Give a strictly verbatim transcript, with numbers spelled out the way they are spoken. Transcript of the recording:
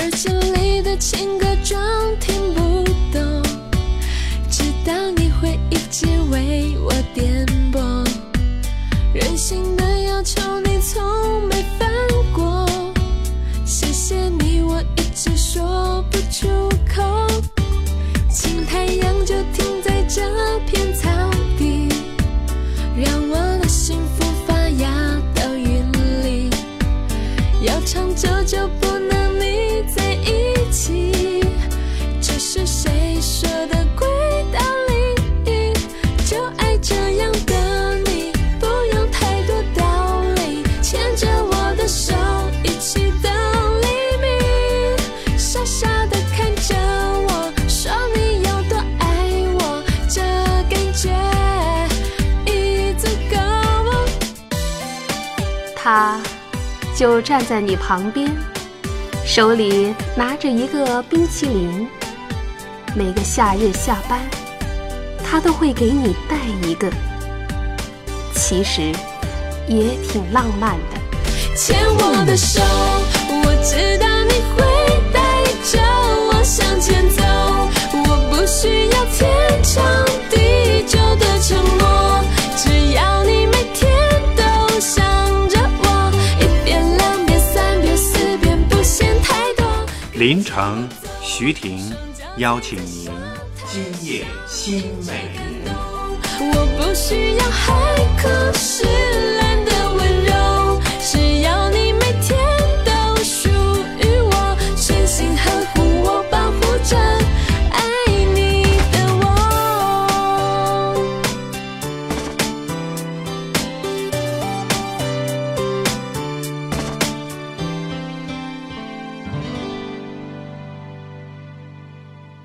耳机里的情歌装听不懂，知道你会一直为我颠簸，任性的要求你从没犯过，谢谢你我一直说不出口，请太阳就停在这片草地，让我的幸福发芽到云里，要长久就不能腻在一起，这是谁说的轨道里，就爱这样的你，不用太多道理，牵着我的手一起到黎明，傻傻的看着我说你有多爱我，这感觉已足够。 他就站在你旁边，手里拿着一个冰淇淋，每个夏日下班他都会给你带一个，其实也挺浪漫的。 牵我的手，我知道你会带着我向前走，我不需要天长地久的承诺，只要你每天都想着我，一遍两遍三遍四遍不嫌太多。 林城、徐婷邀请您今夜新美人。 我不需要海枯石烂。